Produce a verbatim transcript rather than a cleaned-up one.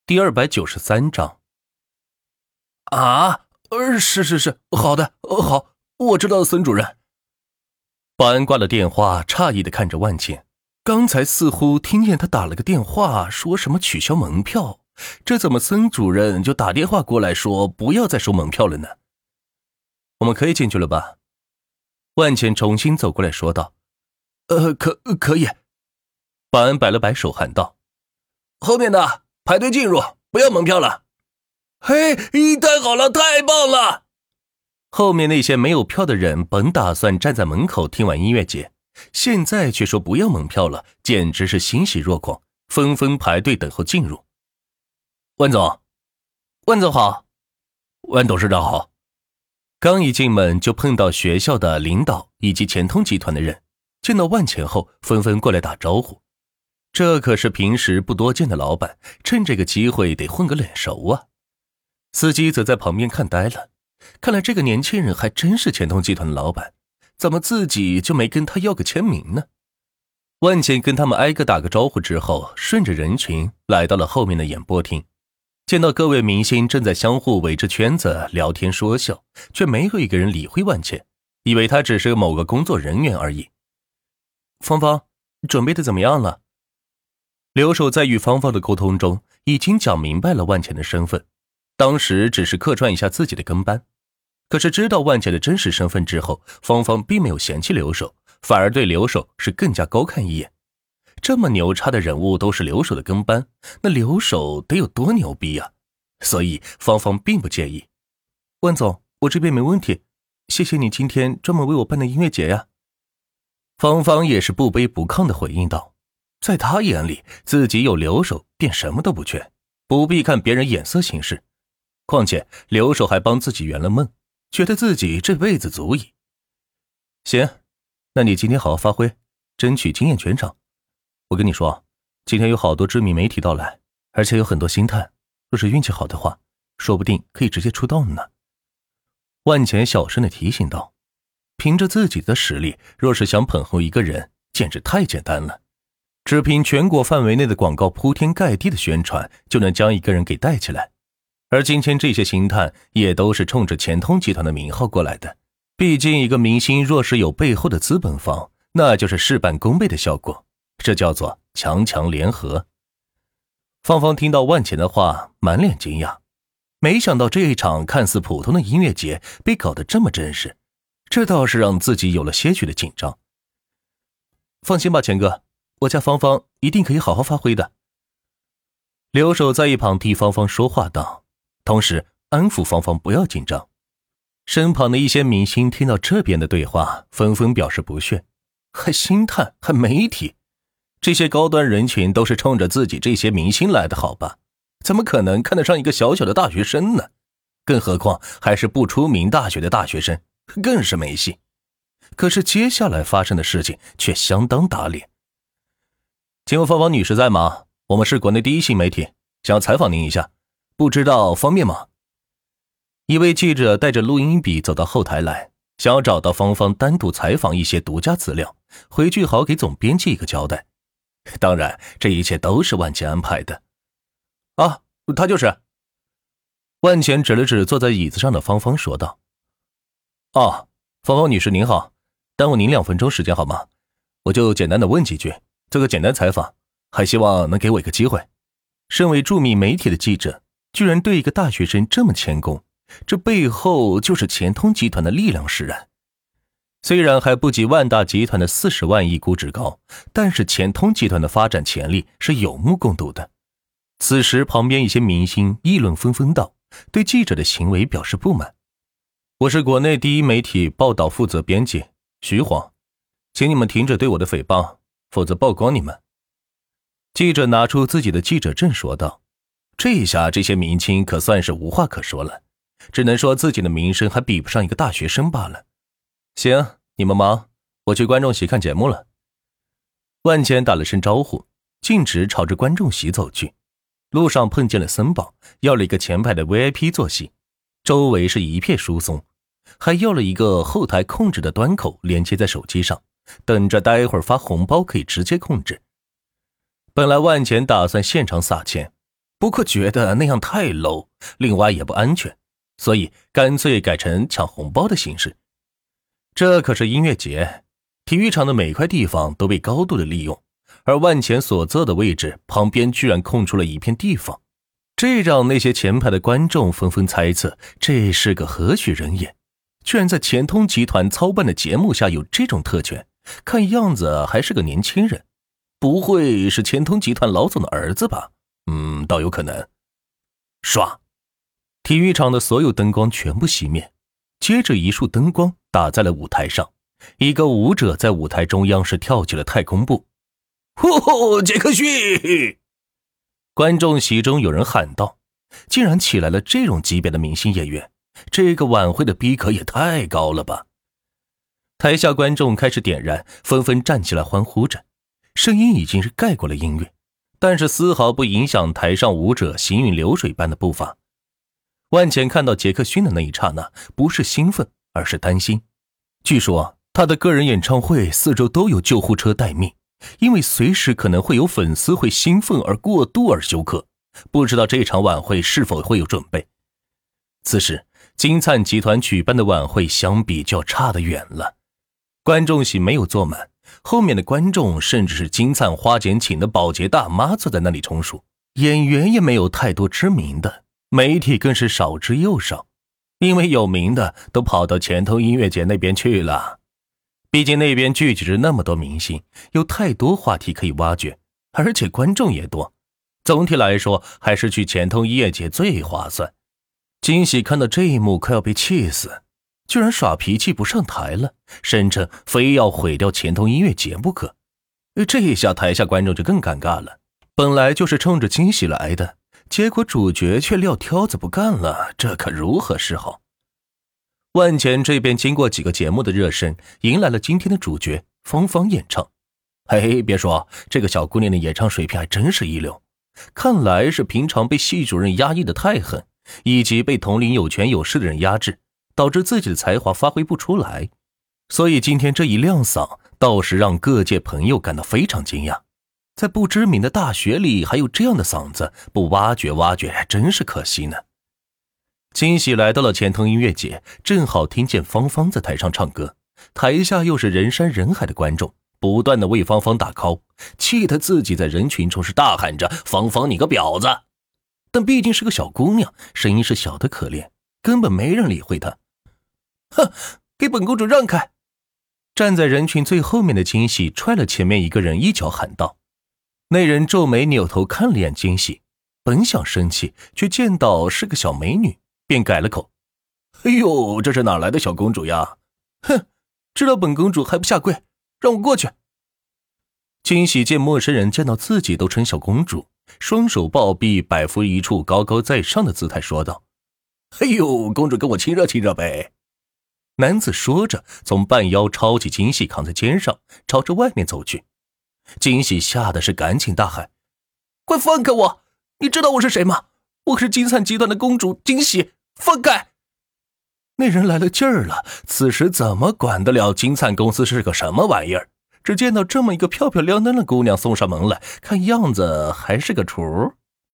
第二百九十三章。 啊，呃，是是是，好的，呃，好，我知道，孙主任。 保安挂了电话，诧异地看着万茜，刚才似乎听见他打了个电话，说什么取消门票，这怎么孙主任就打电话过来说不要再收门票了呢？我们可以进去了吧？万茜重新走过来说道。 呃，可可以。 保安摆了摆手喊道： 后面的排队进入，不要门票了。嘿，太好了，太棒了！ 后面那些没有票的人本打算站在门口听完音乐节，现在却说不要门票了，简直是欣喜若狂，纷纷排队等候进入。万总，万总好。 万董事长好。 刚一进门就碰到学校的领导以及钱通集团的人，见到万茜后纷纷过来打招呼。这可是平时不多见的老板，趁这个机会得混个脸熟啊。司机则在旁边看呆了，看来这个年轻人还真是钱通集团的老板，怎么自己就没跟他要个签名呢？万茜跟他们挨个打个招呼之后，顺着人群来到了后面的演播厅，见到各位明星正在相互围着圈子聊天说笑，却没有一个人理会万茜，以为他只是某个工作人员而已。芳芳，准备的怎么样了？刘守在与芳芳的沟通中已经讲明白了万茜的身份，当时只是客串一下自己的跟班，可是知道万茜的真实身份之后，芳芳并没有嫌弃刘守，反而对刘守是更加高看一眼。这么牛叉的人物都是刘守的跟班，那刘守得有多牛逼啊！所以芳芳并不介意。万总，我这边没问题，谢谢你今天专门为我办的音乐节呀。芳芳也是不卑不亢地回应道，在他眼里自己有刘守便什么都不缺，不必看别人眼色行事。况且刘守还帮自己圆了梦，觉得自己这辈子足矣。行，那你今天好好发挥，争取惊艳全场。我跟你说，今天有好多知名媒体到来，而且有很多星探，若是运气好的话，说不定可以直接出道呢。万茜小声地提醒道，凭着自己的实力，若是想捧红一个人，简直太简单了。只凭全国范围内的广告铺天盖地的宣传，就能将一个人给带起来。而今天这些星探也都是冲着钱通集团的名号过来的，毕竟一个明星若是有背后的资本方，那就是事半功倍的效果，这叫做强强联合。芳芳听到万茜的话，满脸惊讶，没想到这一场看似普通的音乐节被搞得这么真实，这倒是让自己有了些许的紧张。放心吧，钱哥，我家芳芳一定可以好好发挥的。刘守在一旁替芳芳说话道，同时安抚芳芳不要紧张。身旁的一些明星听到这边的对话，纷纷表示不屑，还星探，还媒体，这些高端人群都是冲着自己这些明星来的好吧，怎么可能看得上一个小小的大学生呢？更何况还是不出名大学的大学生，更是没戏。可是接下来发生的事情却相当打脸。请问芳芳女士在吗？我们是国内第一性媒体，想要采访您一下，不知道方便吗？一位记者带着录音笔走到后台来，想要找到芳芳单独采访一些独家资料，回去好给总编辑一个交代。当然这一切都是万茜安排的。啊，他就是。万茜指了指坐在椅子上的芳芳说道。哦，芳芳女士您好，耽误您两分钟时间好吗？我就简单的问几句，做个简单采访，还希望能给我一个机会。身为著名媒体的记者，居然对一个大学生这么谦恭，这背后就是钱通集团的力量使然。虽然还不及万大集团的四十万亿估值高，但是钱通集团的发展潜力是有目共睹的。此时旁边一些明星议论纷纷道，对记者的行为表示不满。我是国内第一媒体报道负责编辑徐晃，请你们停止对我的诽谤，否则曝光你们。记者拿出自己的记者证说道，这一下这些明星可算是无话可说了，只能说自己的名声还比不上一个大学生罢了。行，你们忙，我去观众席看节目了。万茜打了声招呼，径直朝着观众席走去。路上碰见了森宝，要了一个前排的 V I P 坐席，周围是一片疏松，还要了一个后台控制的端口连接在手机上，等着待会儿发红包可以直接控制。本来万茜打算现场撒钱， 不过觉得那样太 low， 另外也不安全，所以干脆改成抢红包的形式。这可是音乐节，体育场的每块地方都被高度的利用，而万钱所坐的位置旁边居然空出了一片地方，这让那些前排的观众纷纷猜测这是个何许人也，居然在钱通集团操办的节目下有这种特权，看样子还是个年轻人，不会是钱通集团老总的儿子吧？嗯，倒有可能。唰，体育场的所有灯光全部熄灭，接着一束灯光打在了舞台上，一个舞者在舞台中央是跳起了太空步。 呼呼，杰克逊！ 观众席中有人喊道，竟然起来了这种级别的明星演员，这个晚会的逼格也太高了吧。台下观众开始点燃，纷纷站起来欢呼着，声音已经是盖过了音乐，但是丝毫不影响台上舞者行云流水般的步伐。万茜看到杰克逊的那一刹那，不是兴奋，而是担心。据说他的个人演唱会四周都有救护车待命，因为随时可能会有粉丝会兴奋而过度而休克，不知道这场晚会是否会有准备。此时金灿集团举办的晚会相比较差得远了，观众席没有坐满，后面的观众甚至是金灿花钱请的保洁大妈坐在那里充数，演员也没有太多知名的，媒体更是少之又少，因为有名的都跑到钱通音乐节那边去了。毕竟那边聚集着那么多明星，有太多话题可以挖掘，而且观众也多，总体来说还是去钱通音乐节最划算。金喜看到这一幕快要被气死，居然耍脾气不上台了，声称非要毁掉钱通音乐节不可。这一下台下观众就更尴尬了，本来就是冲着惊喜来的，结果主角却撂挑子不干了，这可如何是好？万钱这边经过几个节目的热身，迎来了今天的主角芳芳演唱。嘿，别说，这个小姑娘的演唱水平还真是一流，看来是平常被系主任压抑的太狠，以及被同龄有权有势的人压制，导致自己的才华发挥不出来，所以今天这一亮嗓倒是让各界朋友感到非常惊讶。在不知名的大学里还有这样的嗓子，不挖掘挖掘还真是可惜呢。惊喜来到了钱通音乐节，正好听见芳芳在台上唱歌，台下又是人山人海的观众，不断的为芳芳打 call， 气得自己在人群中是大喊着芳芳你个婊子，但毕竟是个小姑娘，声音是小的可怜，根本没人理会她。哼，给本公主让开！站在人群最后面的惊喜踹了前面一个人一脚喊道。那人皱眉扭头看了眼惊喜，本想生气，却见到是个小美女，便改了口。哎呦，这是哪来的小公主呀？哼，知道本公主还不下跪，让我过去。惊喜见陌生人见到自己都称小公主，双手抱臂摆出一处高高在上的姿态说道。哎呦，公主跟我亲热亲热呗。男子说着，从半腰抄起惊喜扛在肩上，朝着外面走去。惊喜吓得是赶紧大喊，快放开我，你知道我是谁吗？我是金灿集团的公主惊喜，放开！那人来了劲儿了，此时怎么管得了金灿公司是个什么玩意儿？只见到这么一个漂漂亮亮的姑娘送上门来，看样子还是个厨。